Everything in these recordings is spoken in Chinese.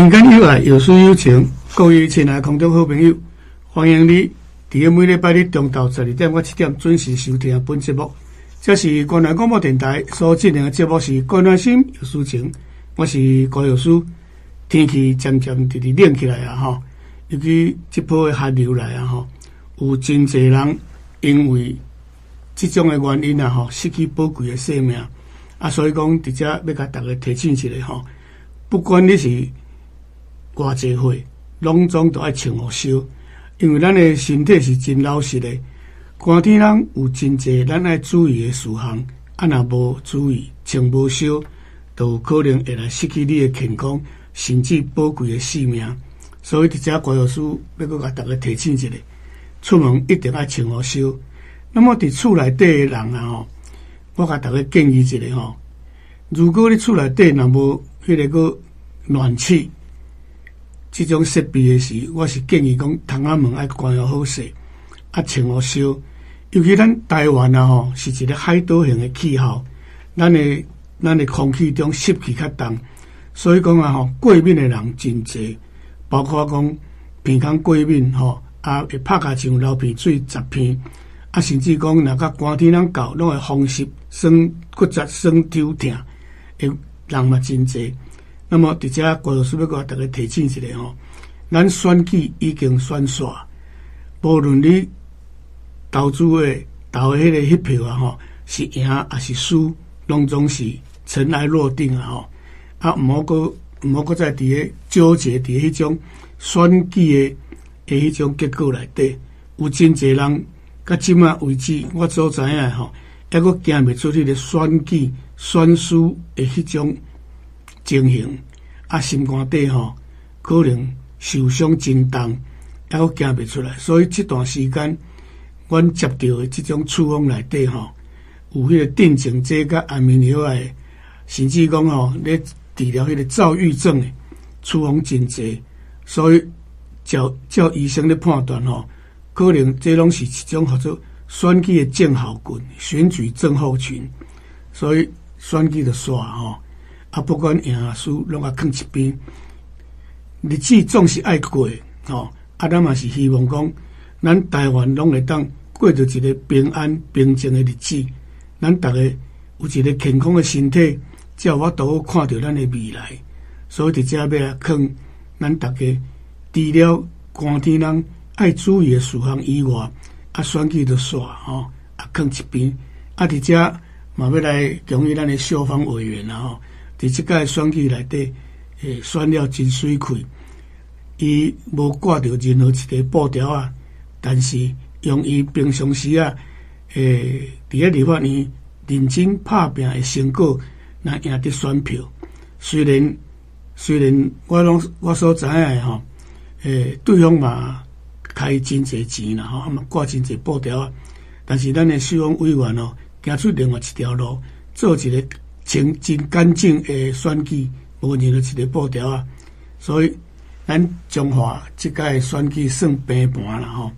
情感有爱，有书有情，各位亲爱的空中好朋友，欢迎你伫每礼拜日中昼12点到7点准时收听本节目。这是关南广播电台所进行的节目是关南心有书情，我是高有书。天气渐渐直冷起来啊吼，尤其这波的寒流来啊吼，有真侪人因为这种的原因啊吼，失去宝贵的生命啊，所以讲伫遮要甲大家提醒一下吼，不管你是偌济岁，拢总都爱穿好烧，因为咱的身体是真老实的。寒天人有真济咱爱注意的事项，啊若无注意穿无烧，就有可能会来失去你的健康，甚至宝贵的性命。所以伫遮高老师要阁甲大家提醒一下，出门一定爱穿好烧。那么伫厝内底的人啊吼，我甲大家建议一下吼，如果你厝内底若无迄个个暖气，这种设备的时，我是建议讲，窗仔门爱关好势，啊，穿好烧。尤其咱台湾啊吼，是一个海岛型的气候，咱的空气中湿气较重，所以讲啊吼，过敏的人真济，包括讲鼻孔过敏吼，啊会拍甲像流鼻水10片，啊甚至讲若甲寒天人到，拢会风湿、酸骨折、酸抽疼，的人嘛真济。那么，伫遮郭老师要甲大家提醒一下吼，咱选举已经选煞，无论你投资的投迄个迄票啊吼，是赢还是输，拢总是尘埃落定啊吼。啊，毋好搁再伫个纠结伫迄种选举的迄种结果内底，有真侪人到即马为止，我所知影吼，还阁行袂出迄个选举选输的迄种情形，啊，心肝底吼可能受伤真重，还阁行袂出来。所以这段时间，阮接到的这种处方内底吼，有迄个镇静剂甲安眠药的，甚至讲吼咧治疗迄个躁郁症的处方真济。所以照医生咧判断吼，可能这拢是一种叫做选举的症候群、选举症候群。所以选举就煞吼。啊，不管赢啊输，拢啊放一边。日子总是爱过，吼！啊，咱嘛是希望讲，咱台湾拢会当过着一个平安平静的日子。咱大家有一个健康的身体，才有法度看到咱的未来。所以伫遮要来劝咱大家，除了寒天人爱注意的事项以外，啊，选举就煞吼，啊，放一边。啊，伫遮嘛要来恭喜咱的小方委员啦吼。伫即届选举内底，选了真水气，伊无挂着任何一个布条啊，但是用伊平常时啊，伫咧立法院认真拍拼的成果，来赢得选票。虽然我所知影吼，对方嘛开真侪钱啦吼，啊嘛挂真侪布条啊，但是咱的小方委员哦，行出另外一条路，做一个真干净的选举，无任何一个布条啊，所以咱中华即届选举算平盘啦吼。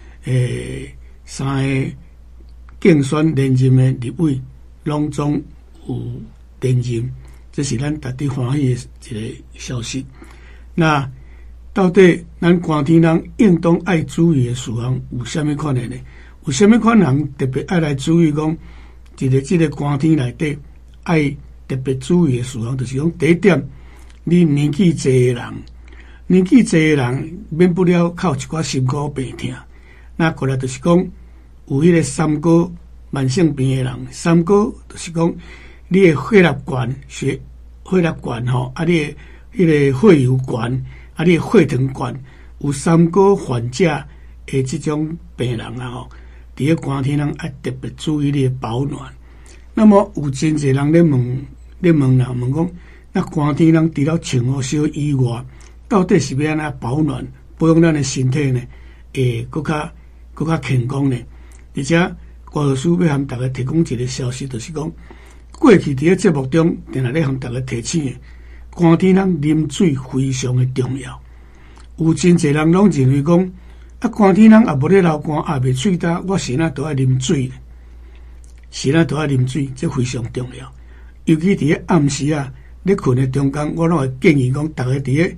三个竞选连任的立委，拢总有连任，这是咱值得欢喜的一个消息。那到底咱寒天人应当爱注意的事项有啥物款的呢？有啥物款人特别爱来注意讲，即个寒天内底？爱特别注意的事项，就是讲第一点，你年纪侪的人免不了靠一寡心苦病痛。那过来就是讲，有迄个三高慢性病的人，三高就是讲你的血液管吼，啊，你的迄个血油管，啊，你的血糖管有三高患者的这种病人啊吼，伫个寒天人爱特别注意你的保暖。那么有真侪人咧问讲，那寒天人除了穿好烧以外，到底是要安怎保暖，保养咱的身体呢？更较健康呢？而且郭老师要向大家提供一个消息，就是讲，过去伫个节目中，定咧向大家提醒的，寒天人啉水非常的重要。有真侪人拢认为讲，啊寒天人也无咧流汗，也袂喙焦，我是哪都爱啉水。是咱都要啉水，这非常重要。尤其伫个暗时啊，咧困的中间，我拢会建议讲，大家伫个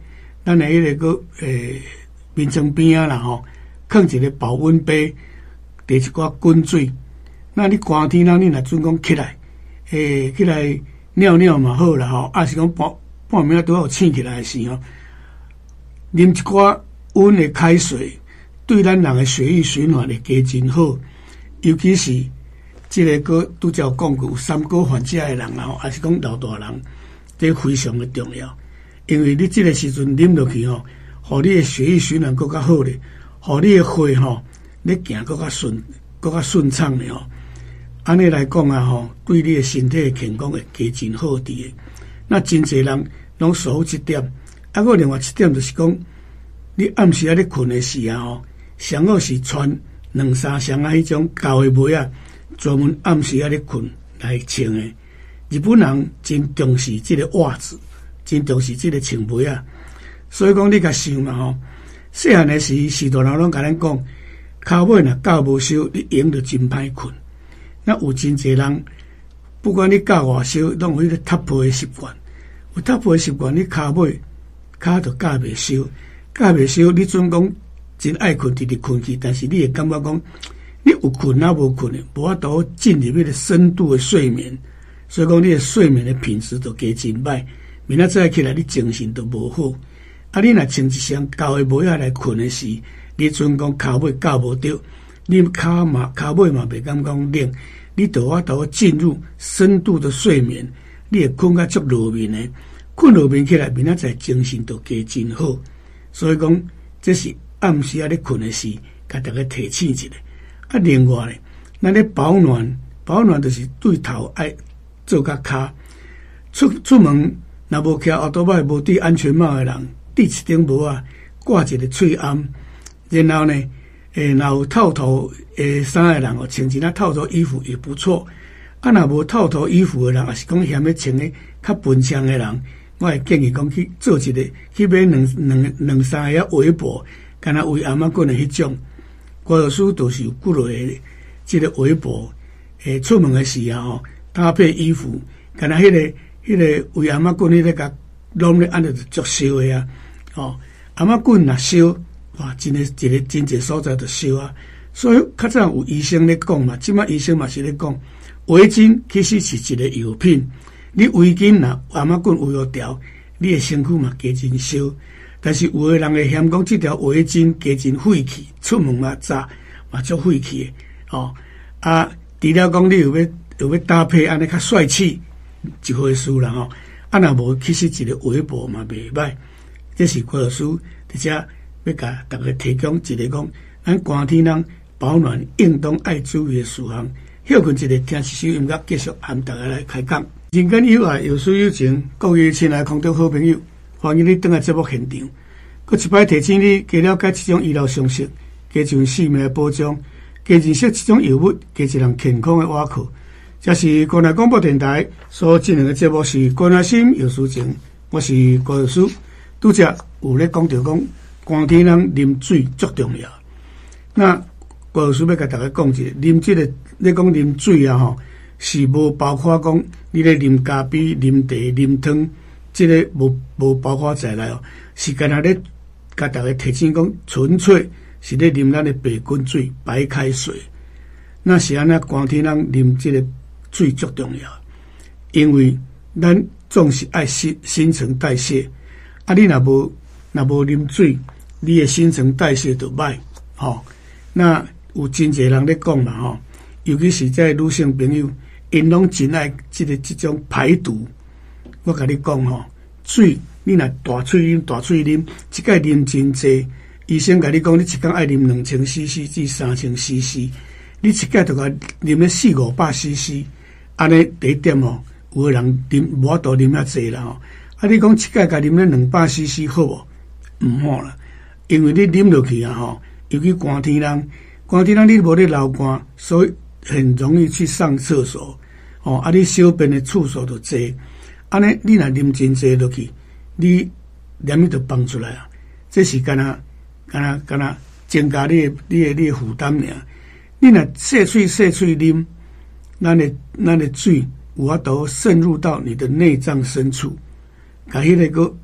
咱的迄个面床边啊啦吼，放一个保温杯，滴一寡滚水。那你寒天人，你若准讲起来，起来尿尿嘛好啦吼，啊是讲半暝仔拄好醒起来时吼，啉一寡温的开水，对咱人的血液循环会加真好。尤其是这个拄则讲过有三高患者的人啊，还是讲老大人，这非常的重要。因为你这个时阵啉落去吼，互你的血液循环更加好咧，互你的血吼，你行更加顺畅咧吼。安尼来讲啊吼，对你的身体的健康会加真好伫的。那真侪人拢守这点，啊，个另外一点就是讲，你暗时啊咧困的时啊吼，上好是穿两三双啊迄种厚的袜啊，专门暗时啊咧困来穿的。日本人真重视这个袜子。真重视这个穿袜啊，所以讲你甲想嘛吼，细汉的时大人拢甲咱讲，骹尾若教无收，你用着真歹困。那有真侪人，不管你教偌少，拢有迄个踢被的习惯。有踢被的习惯，你骹尾骹就教袂收，教袂收，你准讲真爱困，直直困去，但是你会感觉讲，你有困啊无困的，无法度进入迄个深度的睡眠，所以讲你的睡眠的品质就加真歹。明仔早起来，你精神都无好。啊，你若穿一双厚的袜仔来困的时，你准讲骹尾教无着，你骹尾嘛袂感觉冷，你就法度进入深度的睡眠，你会困较足落眠的，困落眠起来，明仔载精神都加真好。所以讲，这是暗时啊咧困的时，甲大家提醒一下。啊，另外咧，咱咧保暖就是对头爱做甲骹，出门。若无骑奥多摆无戴安全帽的人，戴一顶帽啊，挂一个喙罨，然后呢，若有套头衫的人哦，穿一件套头衣服也不错。啊，若无套头衣服的人，也是讲嫌要穿的较笨枪的人，我会建议讲去做一个，去买两三个围脖，敢若围阿妈棍的迄种。郭老师都是有几落的这个围脖，出门的时候吼，搭配衣服，敢若迄个为阿嬷棍迄个甲拢咧安尼就足烧的啊！哦，阿嬷棍若烧，哇，真诶一个真济所在就烧啊！所以较早有医生咧讲嘛，即摆医生嘛是咧讲，围巾其实是一个药品。你围巾若阿嬷棍围好条，你诶身躯嘛加真烧。但是有诶人会嫌讲即条围巾加真废气，出门嘛早嘛足废气诶。哦，啊，除了讲你有要搭配安尼较帅气。一回事啦吼，啊若无其实一个围脖嘛袂歹，这是郭老师伫遮要甲大家提供一个讲，咱寒天人保暖运动爱注意的事项。休困一个听一首音乐，继续和大家来开讲。人间有爱，有书有情，各位亲爱空中好朋友，欢迎你登来节目现场。搁一摆提醒你，加了解这种医疗常识，加上生命的保障，加认识这种药物，加一人健康的瓦靠。这是关南广播电台所进行的节目是关南心有事情，我是郭老师。拄则有咧讲到讲，寒天人啉水足重要。那郭老师要甲大家讲一下，啉这个咧讲啉水啊吼，是无包括讲你咧啉咖啡、啉茶、啉汤，这个无包括在内哦，是干那咧甲大家提醒讲，纯粹是咧啉咱的白滚水、白开水。那是安那寒天人啉这个。水足重要，因为咱总是爱新陈代谢。啊，你若无啉水，你的新陈代谢就歹。吼，那有真侪人咧讲嘛吼，尤其是在女性朋友，因拢真爱这种排毒。我甲你讲吼，水你若大喙啉，一摆啉真济，医生甲你讲，你一天爱啉2000cc 至3000cc， 你一摆就甲啉咧400-500cc。安尼第一点哦，有个人啉无法度啉遐济啦吼。啊，你讲一摆甲啉咧200cc 好无？毋好啦，因为你啉落去啊吼，尤其寒天人你无咧流汗，所以很容易去上厕所。哦，啊，你小便的次数就济。安尼你若啉真济落去，你连伊就放出来啊。这是干那增加你的负担尔。你若细喙啉。咱的水有法度渗入到你的内脏深处，甲迄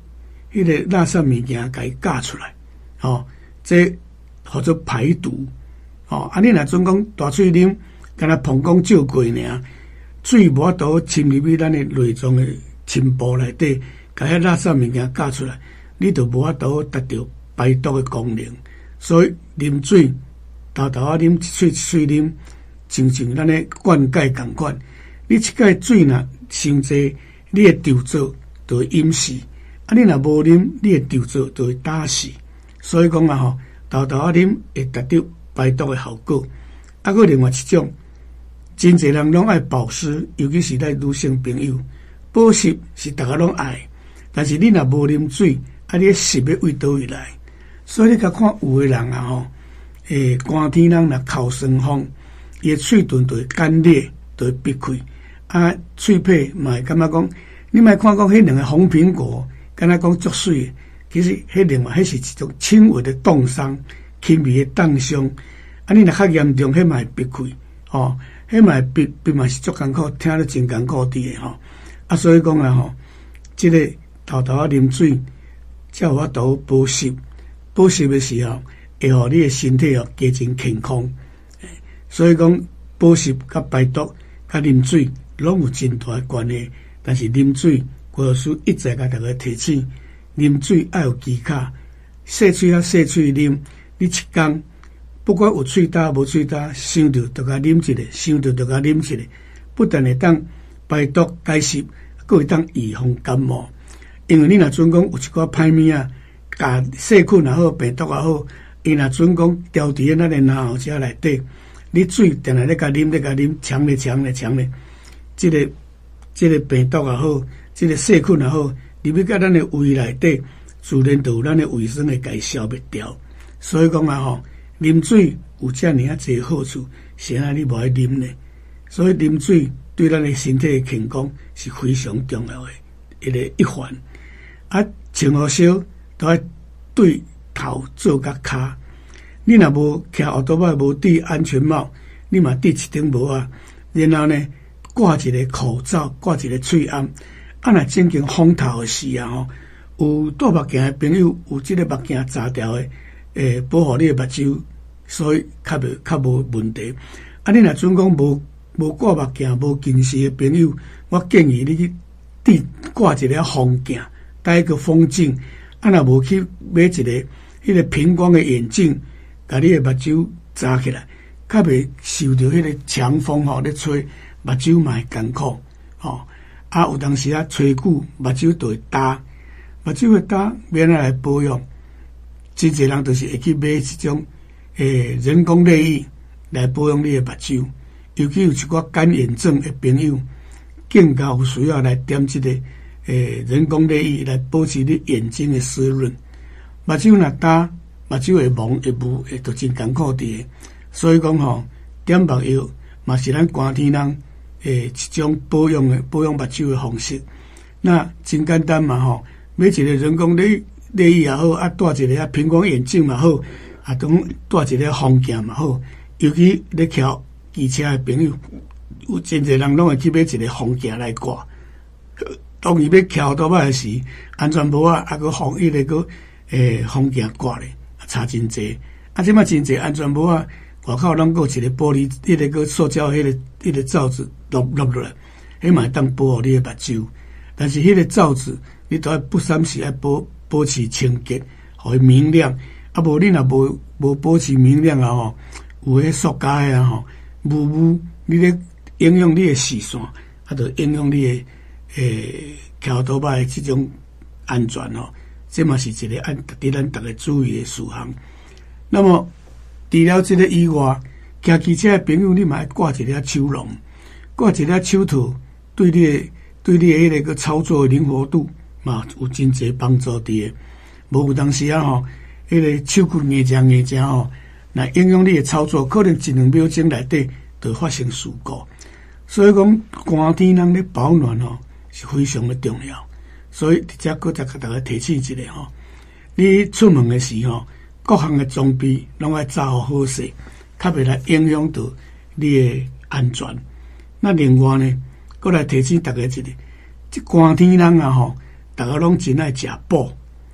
迄个垃圾物件甲伊夹出来，这叫做排毒。你若准讲大水啉，敢若膀胱照过尔，水无法度侵入去咱的内脏的深部内底，甲迄垃圾物件夹出来，你就无法度达到排毒的功能。所以啉水，豆豆仔啉一喙一喙啉，像咱的灌溉共款。你一盖水若伤济，你的肠道就会淹死；你若无啉，你的肠道就会打死。所以讲豆豆仔啉会达到排毒的效果。搁另外一种，真侪人拢爱保湿，尤其是咱女性朋友，保湿是大家拢爱。但是你若无啉水，你的湿要为倒位来？所以你甲看有的人寒天人若口酸风，伊的喙唇就会干裂，就会闭开。喙皮嘛会感觉讲，你莫看讲迄两个红苹果，敢若讲足水的，其实迄是一种轻微的冻伤，轻微的冻伤。你若较严重，迄嘛会闭开，迄嘛会闭嘛是足艰苦，听了真艰苦滴的所以讲这个豆豆仔啉水，才有法度保湿。保湿的时候，会互你的身体加真健康。所以讲保湿甲排毒甲啉水拢有真大的关系。但是啉水，郭老师一直甲大家提醒，啉水要有技巧，细喙细喙啉。你一天不管有喙焦无喙焦，想到就甲啉一个，想到就甲啉一个，不但会当排毒解湿，还会当预防感冒。因为你若准讲有一寡歹物啊，甲细菌也好，病毒也好，伊若准讲调伫咱的咽喉遮内底，你水定定咧甲啉，强咧，这个病毒也好，这个细菌也好，入去到咱的胃内底，自然就有咱的卫生会甲伊消灭掉。所以讲啉水有遮尔啊侪好处，谁让你无爱啉呢？所以啉水对咱的身体的健康是非常重要的一环。穿好烧都要对头做甲骹。你若无骑奥多麦无戴安全帽，你嘛戴一顶帽啊，然后呢挂一个口罩，挂一个喙安。若正经风头的时有戴目镜的朋友，有这个目镜扎掉的，保护你的目睭，所以较无问题。你若准讲无挂目镜、无近视的朋友，我建议你去挂一个风镜，戴一个风镜。若无去买一个迄个平光的眼镜，甲你的目睭扎起来，较袂受到迄个强风咧吹，目睭嘛会艰苦有当时吹久，目睭就会焦，目睭会焦，免来保养。真侪人就是会去买一种人工泪液来保养你的目睭，尤其有一寡干眼症的朋友，更加有需要来点这个人工泪液来保持你眼睛的湿润。目睭若焦，目睭会蒙会雾，会都真艰苦的。所以讲点目药嘛是咱寒天人一种保养目睭的方式。那真简单嘛买一个人工泪液也好，戴一个平光眼镜嘛好，当戴一个风镜嘛好。尤其咧骑机车的朋友，有真侪人拢会去买一个风镜来挂。当伊要骑多摆时，安全帽搁风个风镜挂咧，差真济。即摆真济安全帽外口拢有一个玻璃，个塑胶迄个罩子落落来，迄嘛会当保护你的目睭。但是迄个罩子你都要不三时要保持清洁，互伊明亮。无你若无保持明亮有迄塑胶的雾，你咧影响你的视线，就影响你的骑奥多麦这种安全这嘛是一个伫咱大家注意的事项。那么除了这个以外，骑机车的朋友，你嘛要挂一个手笼，挂一个手套，对你的迄个操作的灵活度嘛有真济帮助的。无有当时迄个手骨硬那影响你的操作，可能1-2秒钟内底就发生事故。所以讲寒天人咧保暖是非常的重要。所以伫遮搁再甲大家提醒一下你出门的时各项的装备拢要扎好势，较袂来影响到你的安全。那另外呢，搁来提醒大家一个，这寒天人大家拢真爱食补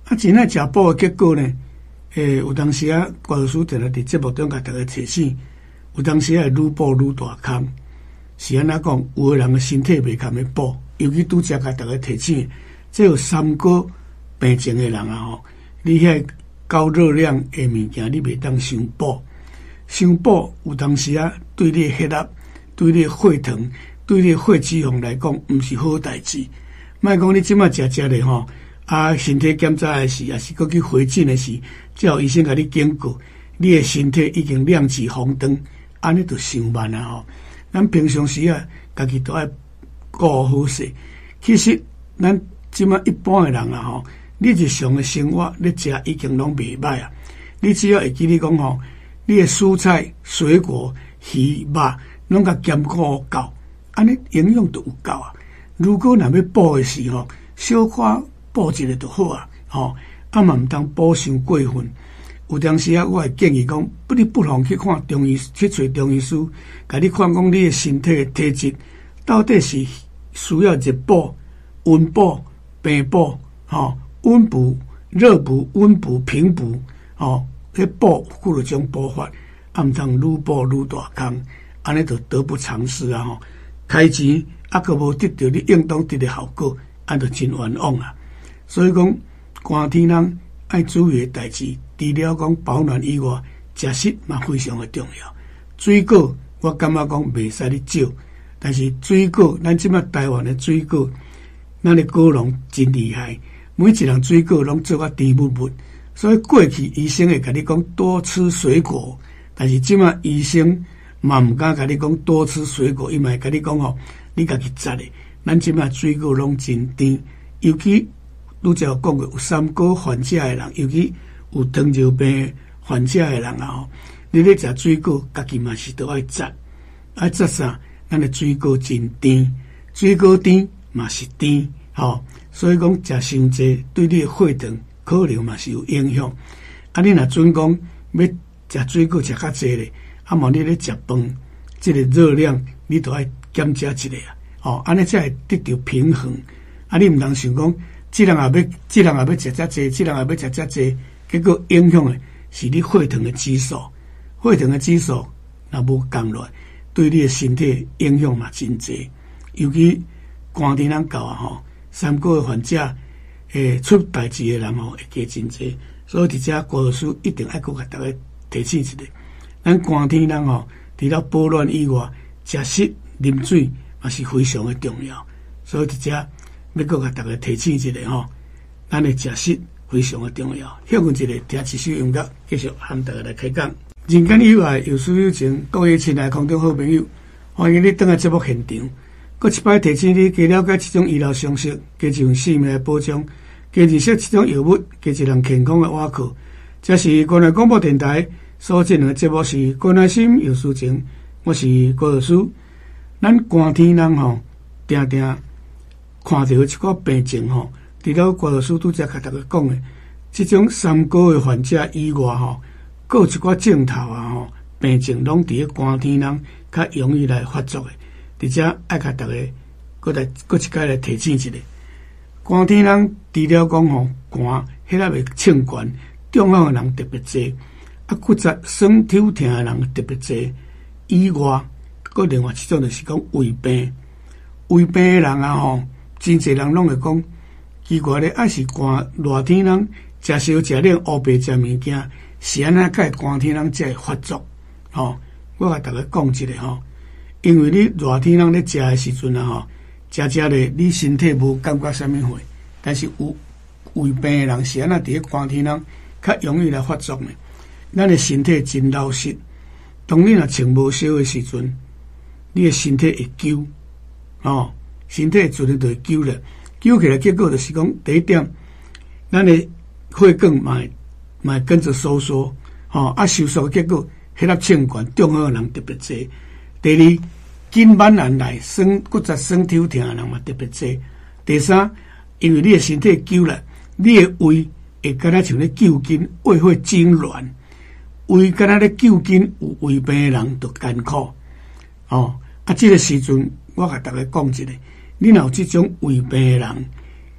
真爱食补的结果呢？有当时啊，郭老师定来伫节目中甲大家提醒，有当时会愈补愈大坑。是安怎讲？有的人的身体袂堪要补，尤其拄则甲大家提醒，即有三高病症的人啊吼，你遐高热量的物件，你袂当伤补。伤补有当时啊，对你的血压、对你的血糖、对你的血脂肪来讲，毋是好代志。莫讲你即摆食咧吼，身体检查的时，也是搁去回诊的时，才有医生甲你警告，你的身体已经亮起红灯，安尼就伤慢啊吼。咱平常时啊，家己都爱顾好势。其实咱即摆一般的人啊吼，你日常的生活你食已经拢袂歹啊。你只要会记你讲吼，你的蔬菜、水果、鱼、肉，拢甲兼顾够，安尼营养就有够啊。如果若要补的时候，小可补一下就好啊，嘛毋当补伤过分。有当时啊，我会建议讲，你不妨去看中医，去找中医师，甲你看讲你的身体的体质到底是需要热补、温补、平补，温补、热补、温补、平补，迄补几多种补法，毋通愈补愈大坑，安尼就得不偿失啊！开钱佫无得到你应当得的效果，安就真冤枉啊！所以讲，寒天人爱注意的代志，除了讲保暖以外，食食嘛非常的重要。水果我感觉讲袂使你少，但是水果咱即摆台湾的水果，咱的果农真厉害，每一人水果拢做啊甜蜜蜜。所以过去医生会甲你讲多吃水果，但是即摆医生嘛毋敢甲你讲多吃水果，伊嘛会甲你讲你家己摘的。咱即摆水果拢真甜，尤其拄则有讲过，有三高患者的人，尤其有糖尿病患者的人啊，你咧食水果，家己嘛是都爱摘，爱摘啥？咱的水果真甜，水果甜嘛是甜，所以讲食伤济，对你的血糖可能嘛是有影响。你若准讲要食水果食较济咧，嘛你咧食饭，这个热量你都爱减食一下啊，安尼才会得到平衡。你毋通想讲，这人也要食遮济，这人也要食遮济，结果影响的是你血糖的指数，血糖的指数若无降落来，对你的身体影响嘛真济。尤其寒天人到啊三高的患者。出代志的人会加真济，所以伫遮郭老师一定爱阁甲大家提醒一下。咱寒天人除了保暖以外，食食啉水也是非常的重要。所以伫遮要阁甲大家提醒一下咱的食食非常的重要。休困一下，听一首音乐，继续和大家来开讲。人间有爱，有书有情，各位亲爱的空中好朋友，欢迎你登来节目现场。搁一摆提醒你，加了解这种医疗常识，加一份生命的保障，加认识这种药物，加一人健康的瓦靠。这是关爱广播电台所进行的节目是关爱心有事情，我是郭老师。咱寒天人定定看到一个病症除了郭老师拄则甲大家讲的，这种三高的患者以外还有一寡症头病症拢伫咧寒天人较容易来发作的。伫遮爱甲大家搁一解来提醒一下，寒天人除了讲寒，血压会称悬，中风的人特别多，骨折、酸痛疼的人特别多。以外，搁另外一种就是讲胃病，胃病的人真侪人拢会讲，奇怪咧，爱是寒热天人食烧食冷、乌白食物件，是安怎解寒天人才会发作？我甲大家讲一下因为你热天人咧食的时阵食咧，你身体无感觉啥物货，但是有胃病的人是安那伫咧寒天人较容易来发作呢。咱的身体真老实，当你若穿无烧的时阵，你的身体会揪，身体自然就会揪了，揪起来结果就是讲第一点，咱的血管嘛跟着收缩，收缩的结果血压称悬，中风的人特别多。第二，筋板难来，骨折、酸痛疼的人嘛特别多。第三，因为你的身体揪了，你的胃会敢若像咧揪筋，胃会痉挛，胃敢若咧揪筋，有胃病的人就艰苦。这个时阵我甲大家讲一下，你若有这种胃病的人，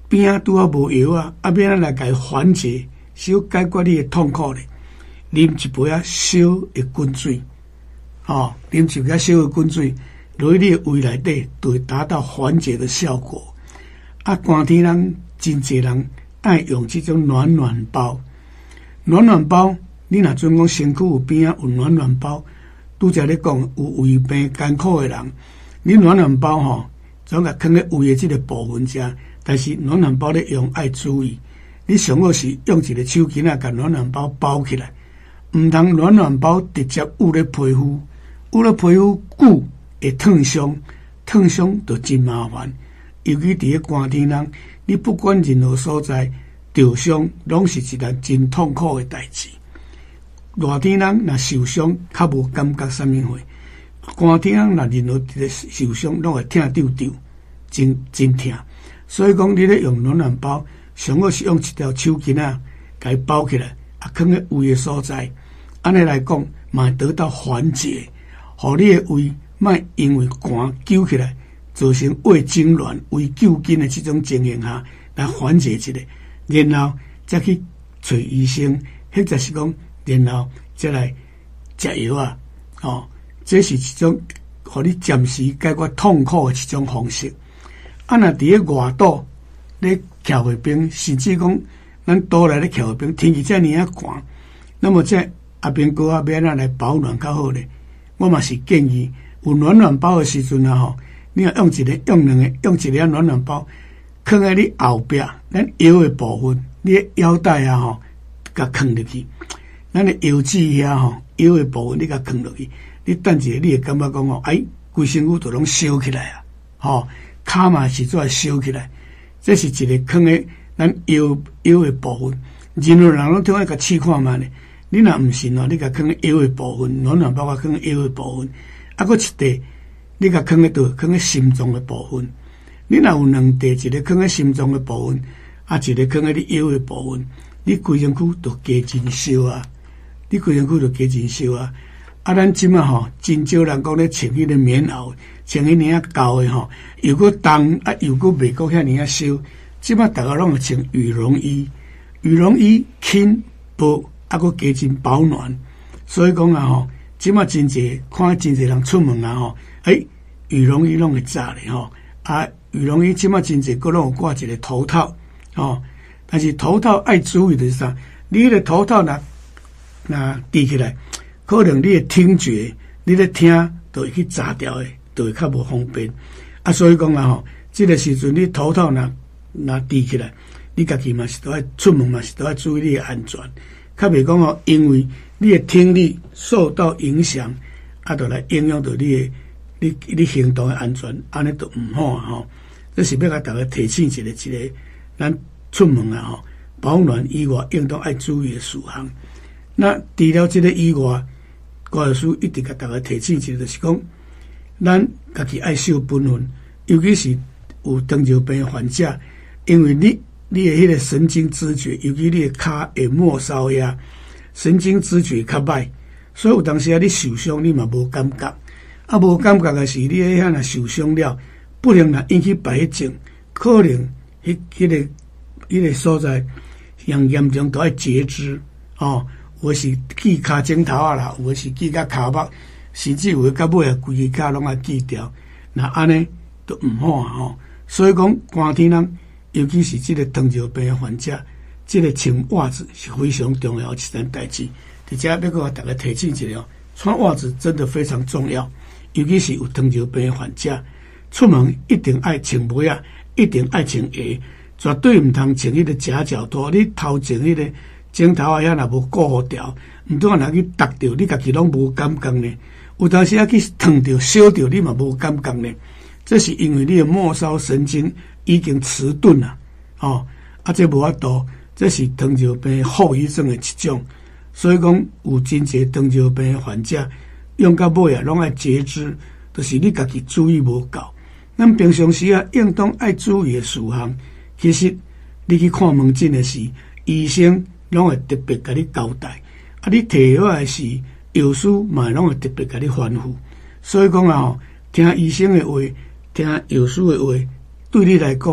边啊拄啊无药啊，要安来甲伊缓解、小解决你的痛苦咧？啉一杯啊烧的滚水，啉一杯啊烧的滚水，落去你的胃内底，就会达到缓解的效果。寒天人真侪人爱用这种暖暖包，暖暖包，你若准讲身躯有边啊有暖暖包，拄则咧讲有胃病艰苦的人，你暖暖包总甲放咧胃的这个部分食，但是暖暖包咧用爱注意，你上好是用一个手巾甲暖暖包包起来。唔通暖暖包直接捂咧皮肤，捂咧皮肤久会烫伤，烫伤就真麻烦。尤其伫咧寒天人，你不管任何所在受伤，拢是一件真痛苦的代志。热天人若受伤，较无感觉啥物货；寒天人若任何一个受伤，拢会痛丢丢，真痛。所以讲，你咧用暖暖包，上好是用一条手巾甲伊包起来。放在胃的所在，安尼来讲，嘛得到缓解，互你的胃莫因为寒揪起来，造成胃痉挛、胃揪筋的这种情形下，来缓解一下，然后再去找医生，或者是讲，然后再来食药啊，这是一种互你暂时解决痛苦的一种方式。若伫咧外岛咧徛卫兵，甚至讲。咱岛内咧徛冰，天气遮尔寒，那么这阿兵哥要安怎来保暖较好咧？我嘛是建议有暖暖包的时阵你要用一个、用两个、用一个暖暖包，放在你后壁，咱腰的部分，你的腰带甲放入去，咱的腰子遐腰的部分你甲放落去，你等一下你会感觉讲规身躯都拢烧起来啊，骹嘛是做烧起来，这是一个放在。咱腰的部分，任何人拢通爱甲试看嘛咧。你若毋信你甲放腰的部分，暖暖包甲放腰的部分，搁一块，你甲放咧倒，放咧心脏的部分。你若有两块，一个放咧心脏的部分，一个放咧你腰的部分，你规身躯就加真烧啊！你规身躯就加真烧啊！咱即马真少人讲咧穿迄个棉袄，穿迄尔厚的又搁重又搁袂搁遐尔烧。即摆大家拢会穿羽绒衣，羽绒衣轻薄，搁加真保暖。所以讲即摆真侪看真侪人出门羽绒衣拢会炸咧羽绒衣即摆真侪搁拢有挂一个头套但是头套爱注意的是啥？你迄个头套若戴起来，可能你的听觉，你咧听都会去炸掉的，就会较无方便所以讲这个时阵你头套若戴起来，你家己嘛是都要出门嘛是都要注意你的安全，较袂讲因为你的听力受到影响，就来影响到你行动的安全，安尼都毋好这是要甲大家提醒一个，咱出门保暖以外，应当爱注意的事项。那除了这个以外，高老师一直甲大家提醒一个，就是讲，咱家己爱守本分，尤其是有糖尿病的患者。因为你的迄个神经知觉，尤其你的骹会末梢呀，神经知觉较歹，所以有当时你受伤你嘛无感觉，无感觉的是你遐若受伤了，不能若引起白血症，可能迄个所在严重都要截肢有的是锯骹指头啦，有的是锯到骹目，甚至有的到尾规个骹拢要锯掉，那安尼都毋好所以讲寒天人。尤其是这个糖尿病的患者，这个穿袜子是非常重要的一件代志。而且要给大家提醒一下，穿袜子真的非常重要。尤其是有糖尿病的患者，出门一定爱穿袜啊，一定爱穿鞋，绝对唔通穿迄个夹脚拖。你头前迄个枕头遐若无顾好掉，唔通若去搭着，你家己拢无感觉呢。有当时去烫着、烧着，你嘛无感觉呢。这是因为你的末梢神经已经迟钝了这无法度，这是糖尿病后遗症的一种。所以讲有真侪糖尿病的患者用到尾拢爱截肢，就是你家己注意无够。咱平常时应当爱注意的事项，其实你去看门诊的时，医生拢会特别甲你交代。你摕药的时，药师嘛拢会特别甲你吩咐。所以讲听医生的话。听药师的话，对你来讲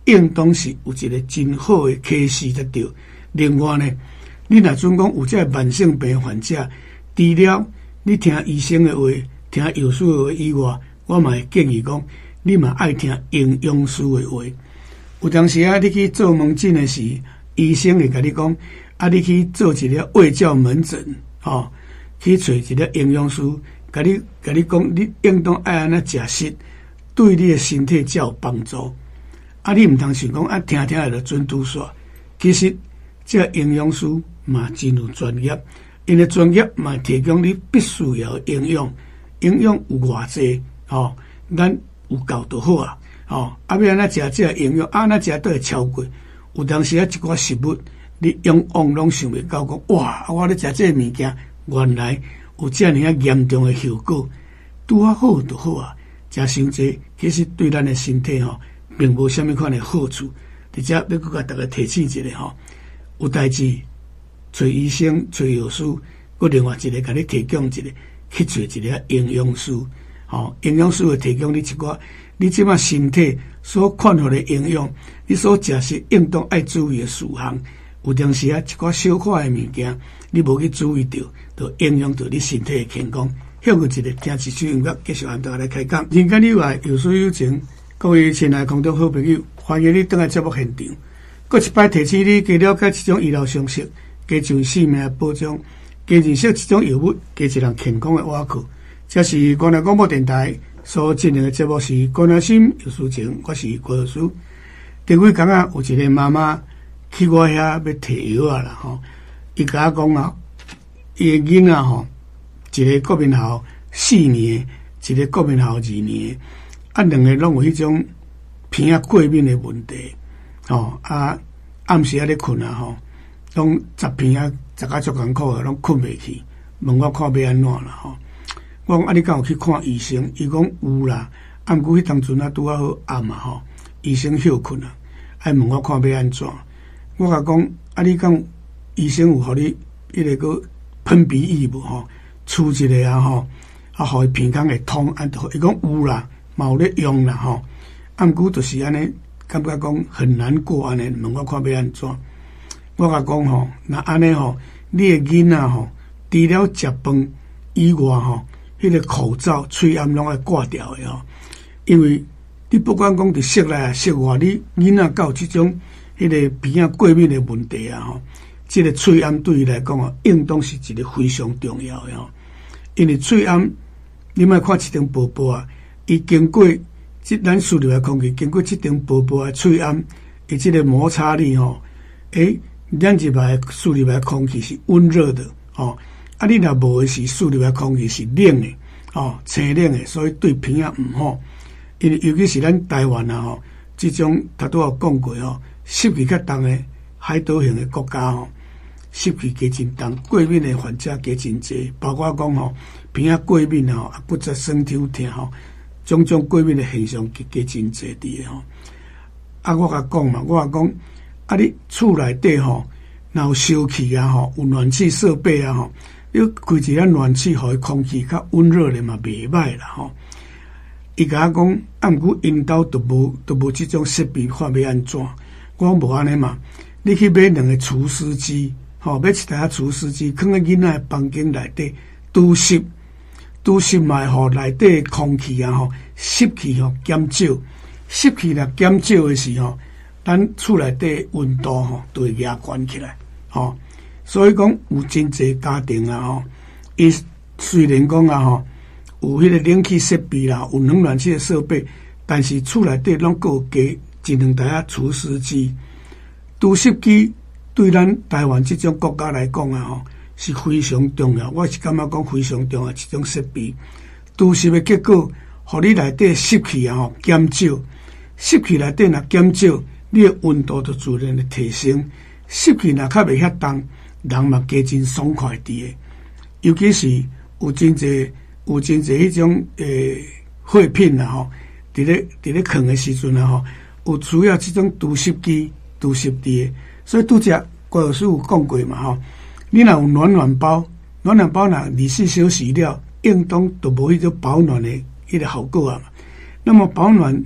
应当是有一个真好的启示才对。另外呢，你若准讲有这慢性病患者，除了你听医生的话、听药师的话以外，我嘛会建议讲，你嘛爱听营养师的话。有当时啊，你去做门诊的时，医生会甲你讲，啊，你去做一个卫教门诊，去找一个营养师，甲你讲，你应当爱安怎食食，对你的身体才有帮助。啊，你毋通想讲啊，听听就准拄煞。其实，这营养师嘛真有专业，因为专业嘛提供你必须要营养，营养有偌济，咱有够就好啊。啊，要安怎食这营养，安怎食都会超过。有当时啊，一寡食物你用往拢想袂到，讲哇，我咧食这物件，原来有这样严重的效果，拄啊好就好啊。食伤济，其实对咱的身体并无什么款的好处。而且要佮大家提醒一下有代志找医生、找药师，佮另外一个甲你提供一个去找一个营养师。营养师会提供你一寡你即摆身体所缺乏的营养，你所食是应当爱注意的事项。有当时啊，一寡小可的物件，你无去注意到，就影响到你身体的健康。休息一下，听一首音乐，继续和大家来开讲。人间有爱，有水有情，各位亲爱的空中好朋友，欢迎你登来节目现场。搁一摆提醒你，加了解这种医疗常识，加注意生命的保障，加认识这种药物，加一人健康的瓦库。这是关南广播电台所进行的节目是关南心有事情，我是郭老师。顶几工啊，有一个妈妈去我遐要摕药啊啦伊甲我讲啊，伊个囡仔一个国民校4年，一个国民校2年，啊，两个拢有迄种鼻啊过敏的问题，啊，暗时啊咧困啊拢十鼻啊十甲足艰苦啊，拢困袂去，问我看要安怎啦我讲啊，你敢有去看医生？伊讲有啦，啊，毋过迄当阵啊拄啊好暗啊医生休困啊，还问我看要安怎？我甲讲啊，你讲医生有互你迄个个喷鼻液无除一个互伊鼻孔会通，伊讲有啦，嘛有咧用啦啊，毋过就是安尼，感觉讲很难过安尼，问我看要安怎？我甲讲那安尼你的囡仔除了食饭以外迄个口罩、喙暗拢要挂掉的因为你不管讲伫室内啊、室外，你囡仔有即种迄个鼻啊过敏的问题啊即个喙暗对伊来讲应当是一个非常重要的因为喙暗，你莫看一张薄薄啊，伊经过咱输入的空气，经过即张薄薄的喙暗，伊即个摩擦力咱入来输入的空气是温热的啊，你若无的是输入的空气是冷的清冷的，所以对鼻啊毋好。因为尤其是咱台湾啊即种头拄有讲过湿气较重的海岛型的国家湿气加真重，过敏的患者加真济，包括讲鼻啊过敏骨质酸痛痛种种过敏的现象加真济伫啊，我甲讲嘛，我讲啊，你厝内底若有烧气啊有暖气设备啊你开一个暖气，互伊空气较温热咧嘛，袂歹啦伊甲我讲，啊，毋过因兜都无即种设备，看要安怎？我讲无安尼嘛，你去买两个除湿机，买一台除湿机，放喺囡仔的房间内底，除湿嘛，互内底空气啊湿气减少，湿气若减少的时咱厝内底温度就会压悬起来所以讲有真济家庭啊伊虽然讲有迄个冷气设备啦，有暖气的设备，但是厝内底拢有加一两台除湿机、除湿机，对咱台湾这种国家来讲是非常重要。我是感觉讲非常重要一种设备。除湿的结果，互你内底湿气减少，湿气内底若减少，你的温度就自然的提升。湿气若较袂遐重，人嘛加真爽快伫的。尤其是有真济迄种货品伫咧放的时阵有需要这种除湿机、除湿机的。所以拄则郭老师有讲过嘛你若有暖暖包若24小时了，应当就无迄种保暖的迄个效果啊嘛。那么保暖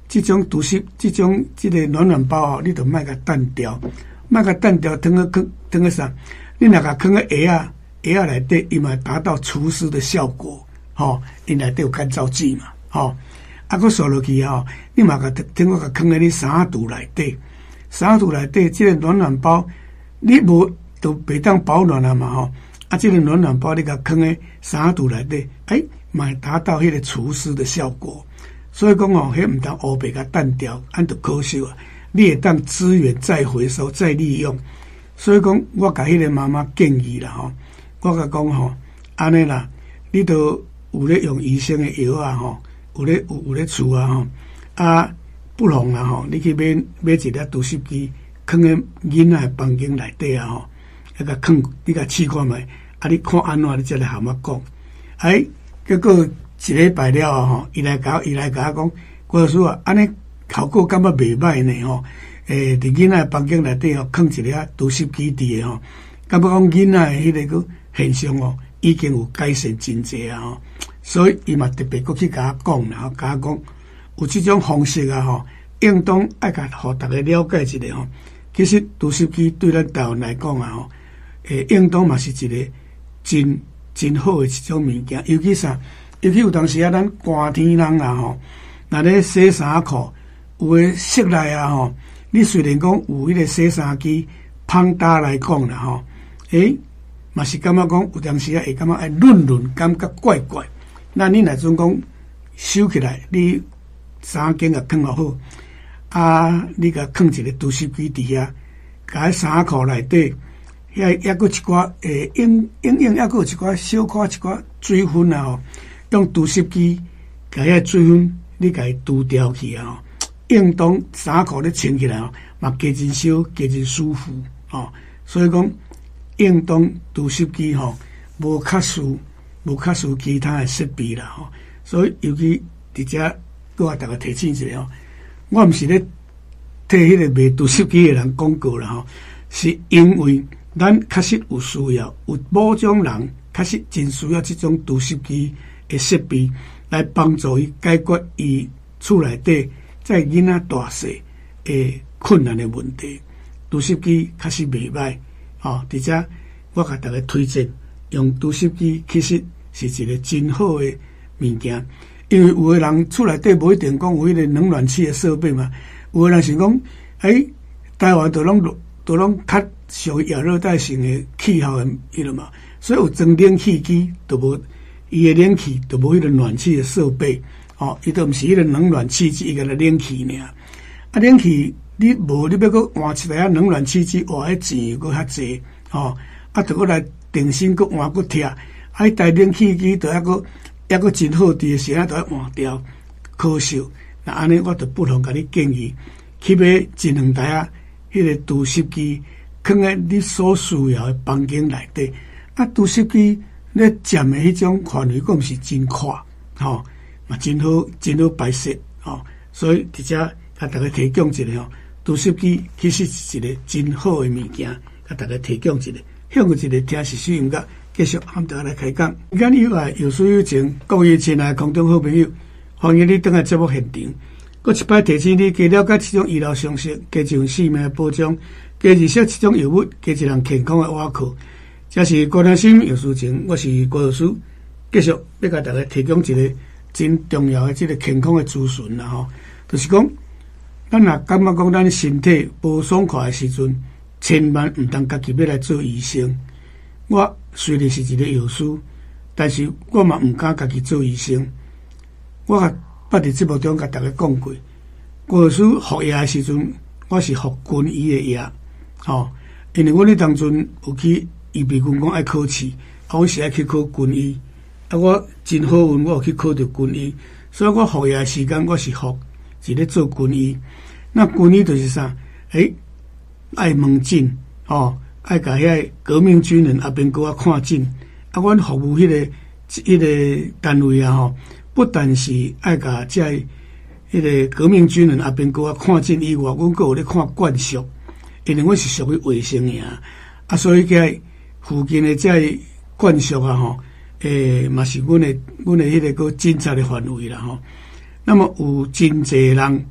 这种除湿，这个暖包哦，你就莫甲单掉，放去啥？你若甲放喺鞋仔内底，伊嘛达到除湿的效果，因内底有干燥剂嘛，佫扫落去你嘛甲放喺你衫肚内底，这个暖包你无都袂当保暖啊嘛，这个暖包你甲放喺衫肚内底，嘛达到迄个除湿的效果。所以讲迄唔当乌白甲单掉，按着可惜啊，你会当资源再回收、再利用。所以讲，我甲迄个妈妈建议啦，我甲讲安尼啦，你都有咧用医生的药啊，有咧厝啊，不妨啦你去买一粒除湿机，放喺囡仔的房间内底啊甲放，你甲试看觅，你看安怎，你才来和我讲。结果一礼拜了啊，伊来甲我讲，郭老师啊，安尼效果感觉袂歹呢伫囡仔房间内底放一粒除湿机伫诶感觉讲囡仔迄个个现象已经有改善真济啊所以伊嘛特别过去甲我讲啦，甲我讲有即种方式啊应当爱甲互大家了解一下其实除湿机对咱台湾来讲啊应当嘛是一个真好诶一种物件，尤其有当时咱寒天人啦若咧洗衫裤，有诶室内啊你虽然讲有迄个洗衫机芳达来讲啦嘛是感觉讲有当时会感觉润感觉怪怪。那你若总讲收起来，你衫件甲放好你甲放一个除湿机伫遐，甲衫裤内底还佫一寡应还佫有一寡小可一寡水分啊用除湿机甲遐水分你甲伊除掉去啊应当衫裤咧穿起来嘛加真小，加真舒服所以讲应当除湿机无较输其他的设备啦所以尤其伫遮搁甲大家提醒一下我毋是咧替迄个卖除湿机的人广告啦是因为咱确实有需要，有某种人确实真需要这种除湿机的设备来帮助伊解决伊厝内底在囡仔大细的困难的问题。除湿机确实袂歹而且我甲大家推荐用除湿机，其实是一个真好的物件。因为有的人厝内底无一定讲有迄个冷暖气的设备嘛，有的人是讲台湾都拢较属于亚热带型的气候的迄个嘛，所以有装冷气机都无，伊的冷气都无迄个暖气的设备伊都毋是迄个冷暖气机，伊个冷气尔。冷气你无，你要搁换一台冷暖气机，哇，迄钱又搁较济就搁来电线搁换搁拆，迄台冷气机都还搁真好伫的时都要换掉，可惜。那安尼我就不妨甲你建议，去买一两台迄个除湿机。放在你所需要的房间内底，除湿机咧占的迄种范围，佫毋是真宽，嘛真好排泄，所以伫遮甲大家提供一个除湿机，其实是一个真好的物件，甲大家提供一个，向一个听时事音乐，继续和大家来开讲。今以外有事有情，各位亲爱的空中好朋友，欢迎你登来节目现场。搁一摆提醒你，加了解这种医疗常识，加一份生命的保障。加认识这种药物，加一人健康的瓦靠。这是关心心有事情，我是郭老师，继续要给大家提供一个真重要的这个健康的资讯啦就是讲，咱若感觉讲咱身体无爽快的时阵，千万唔当家己要来做医生。我虽然是一个药师，但是我嘛唔敢家己做医生。我捌伫节目中甲大家讲过，郭老师服药的时阵，我是服军医的药。因为我咧当阵有去预备军讲爱考试，我是爱去考军医，我真好运，我有去考到军医，所以我服药的时间我是服是咧做军医。那军医就是啥？爱问诊，爱甲遐革命军人阿边个看诊，阮服务迄个单位不但是爱甲迄个革命军人阿边个看诊以外，阮阁有咧看灌输。因为我是属于卫生的所以在附近的这灌输嘛是阮的迄个个侦查的范围啦那么有真侪人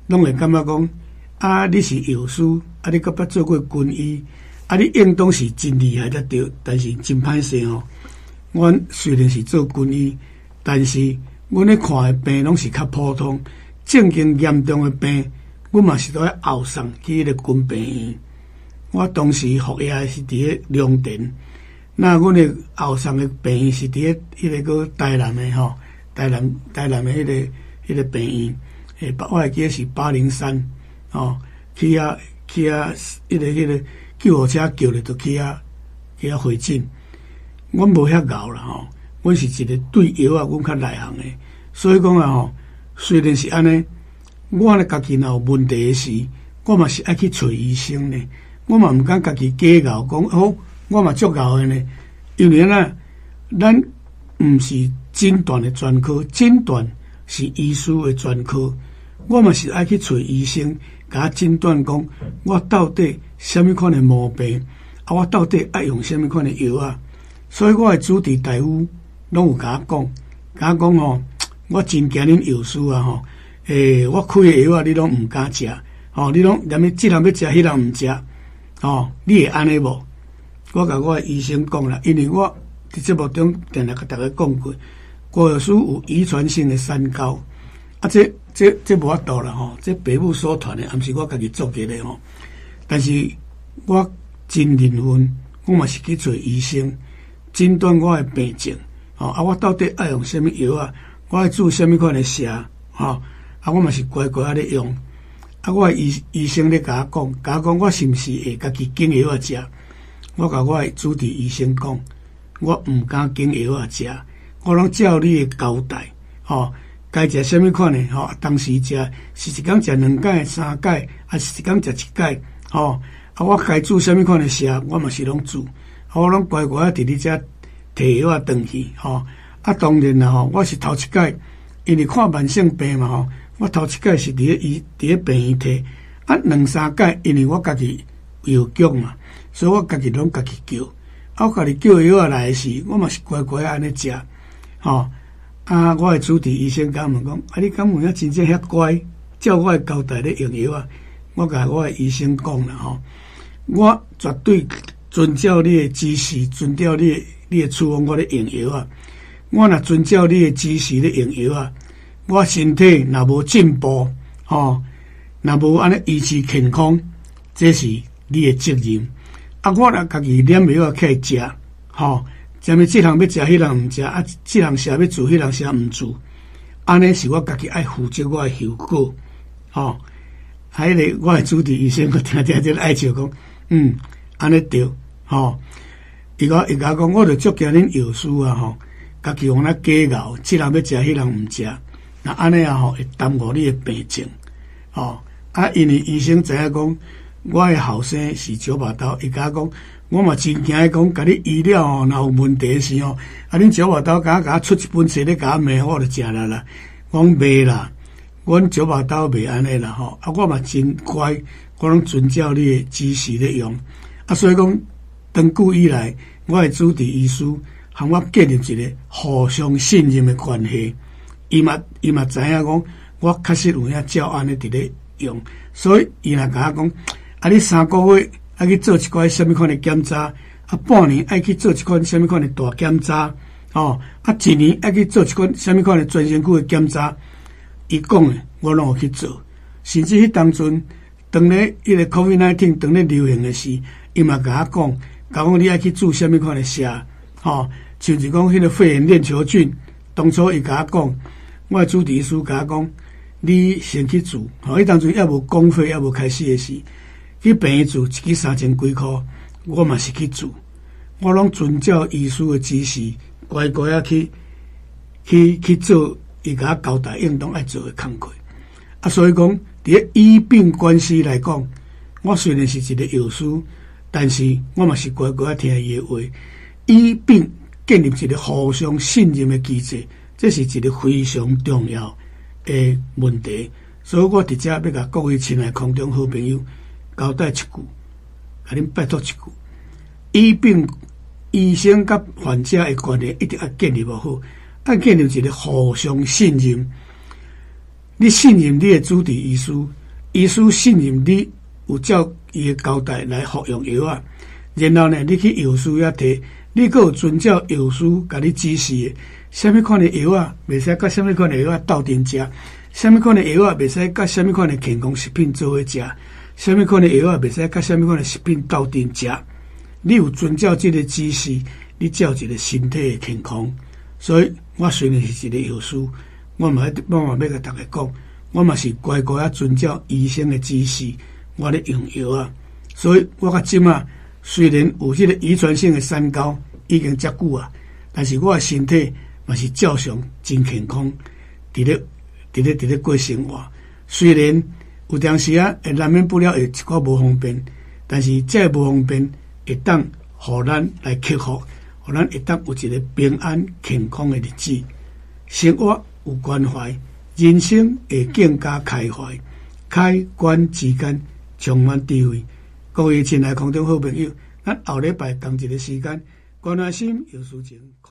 拢会感觉讲啊，你是药师，啊，你搁捌做过军医，啊，你应当是真厉害才对，但是真歹势吼。阮虽然是做军医，但是阮咧看的病拢是较普通，正经严重的病，阮嘛是都要后送去迄个军病院。我当时服役是伫咧龙田，那阮的后送的病院是伫咧迄个个台南的吼，台南的迄个病院，我会记得是803哦，去遐迄个救护车叫咧，就去遐会诊。阮无遐熬啦吼，阮是一个对药啊，阮较内行的，所以讲啊吼，虽然是安尼，我咧家己若有问题的时，我嘛是爱去找医生呢。我嘛毋敢家己假熬，讲好，我嘛足熬的呢。因为咱毋是诊断的专科，诊断是医师的专科。我嘛是爱去找医生，甲我诊断讲，我到底什么款的毛病，啊，我到底爱用什么款的药啊？所以我的主治大夫拢有甲我讲吼，我真惊恁药师啊吼，我开的药啊，你拢毋敢食，吼，你拢连这人要食，迄人毋食。哦，你会安尼无？我甲我的医生讲啦，因为我伫节目中定定甲大家讲过，郭药师有遗传性的三高，啊，这无法度啦吼，这父母所传的，也毋是我家己做起的吼。但是我真认份，我嘛是去找医生诊断我的病症，吼啊，我到底爱用什么药啊？我爱注什么款的射，吼啊，我嘛是乖乖咧用。啊！我医生咧甲我讲，我是毋是会家己拣药啊食？我甲我的主治医生讲，我毋敢拣药啊食，我拢照你的交代，吼，该食什么款的，吼，当时食是一工食2盖、3盖，还是一工食1盖，吼，啊，我该煮什么款的食，我嘛是拢煮，我拢乖乖伫你遮摕药啊转去，吼，啊，当然啦，吼，我是头一盖，因为看慢性病嘛，吼。我头一届是伫咧病院摕，啊2、3届，因为我家己药局嘛，所以我家己拢家己叫，啊我家己叫药啊来的时，我嘛是乖乖安尼食，吼啊我的主治医生甲我问讲，啊你敢有影真正遐乖，照我的交代咧用药啊？我甲我的医生讲啦吼，我绝对遵照你的指示，遵照你的处方，我咧用药啊。我若遵照你的指示咧用药啊。我身体若无进步，吼，若无安尼维持健康，这是你的责任。啊，我若家己念药起来食，吼，啥物这人要食，迄人毋食，啊，这人写要做，迄人写毋做，安尼是我家己爱负责我的后果，吼。还个我的主治医生，我听这爱笑讲，安尼对，吼。伊甲讲，我着足惊恁药师啊，吼，家己往那假熬，这人要食，迄人毋食。那安尼啊吼，会耽误你的病症，吼啊！因为医生知影讲，我的后生是九把刀，伊甲我讲，我嘛真惊伊讲，甲你医了吼，若有问题时吼，啊恁九把刀甲我出一本册咧，甲我骂，我就食啦。我讲袂啦，阮九把刀袂安尼啦吼，啊我嘛真乖，我拢遵照你的指示咧用，啊所以讲，长久以来，我的主治医师和我建立一个互相信任的关系。伊嘛知影讲，我确实有影照安尼伫咧用，所以伊若甲我讲，啊，你3个月爱去做一寡什么款的检查，啊，半年爱去做一款什么款的大检查，哦，啊，1年爱去做一款什么款的全身躯的检查，伊讲的我拢有去做，甚至迄当阵，当咧迄个 COVID-19 当咧流行的时，伊嘛甲我讲你爱去注什么款的射，哦，像是讲迄个肺炎链球菌，当初伊甲我讲。我的主治医师甲我讲，你先去做，迄当阵也无公费，也无开始的时，去病院做，一支3000几箍，我嘛是去做，我拢遵照医师的指示，乖乖啊去做，伊甲我交代应当爱做的工课。啊，所以讲，伫咧医病关系来讲，我虽然是一个药师，但是我嘛是乖乖听伊的话，医病建立一个互相信任的机制。这是一个非常重要的问题，所以我伫遮要甲各位亲爱空中好朋友交代一句，甲恁拜托一句：医生甲患者的关系一定要建立好，要建立一个互相信任。你信任你的主治医师， 医师信任你有照伊的交代来服用药啊，然后呢，你去药师遐摕，你阁有遵照药师甲你指示的，什么款的药啊，袂使甲什么款的药啊斗阵食，什么款的药啊，袂使甲什么款的健康食品做伙食，什么款的药啊，袂使甲什么款的食品斗阵食。你有遵照这个指示，你才有一个身体的健康。所以我虽然是一个药师，我嘛要甲大家讲，我嘛是乖乖啊遵照医生的指示，我咧用药啊。所以我甲即马虽然有这个遗传性的三高已经遮久啊，但是我的身体嘛是照常真健康，伫咧过生活。虽然有当时啊会难免不了会一寡无方便，但是这无方便会当互咱来克服，互咱会当有一个平安健康的日子，生活有关怀，人生会更加开怀，开关之间充满智慧。各位亲爱空中好朋友，咱后礼拜同一个时间，关爱心有事情。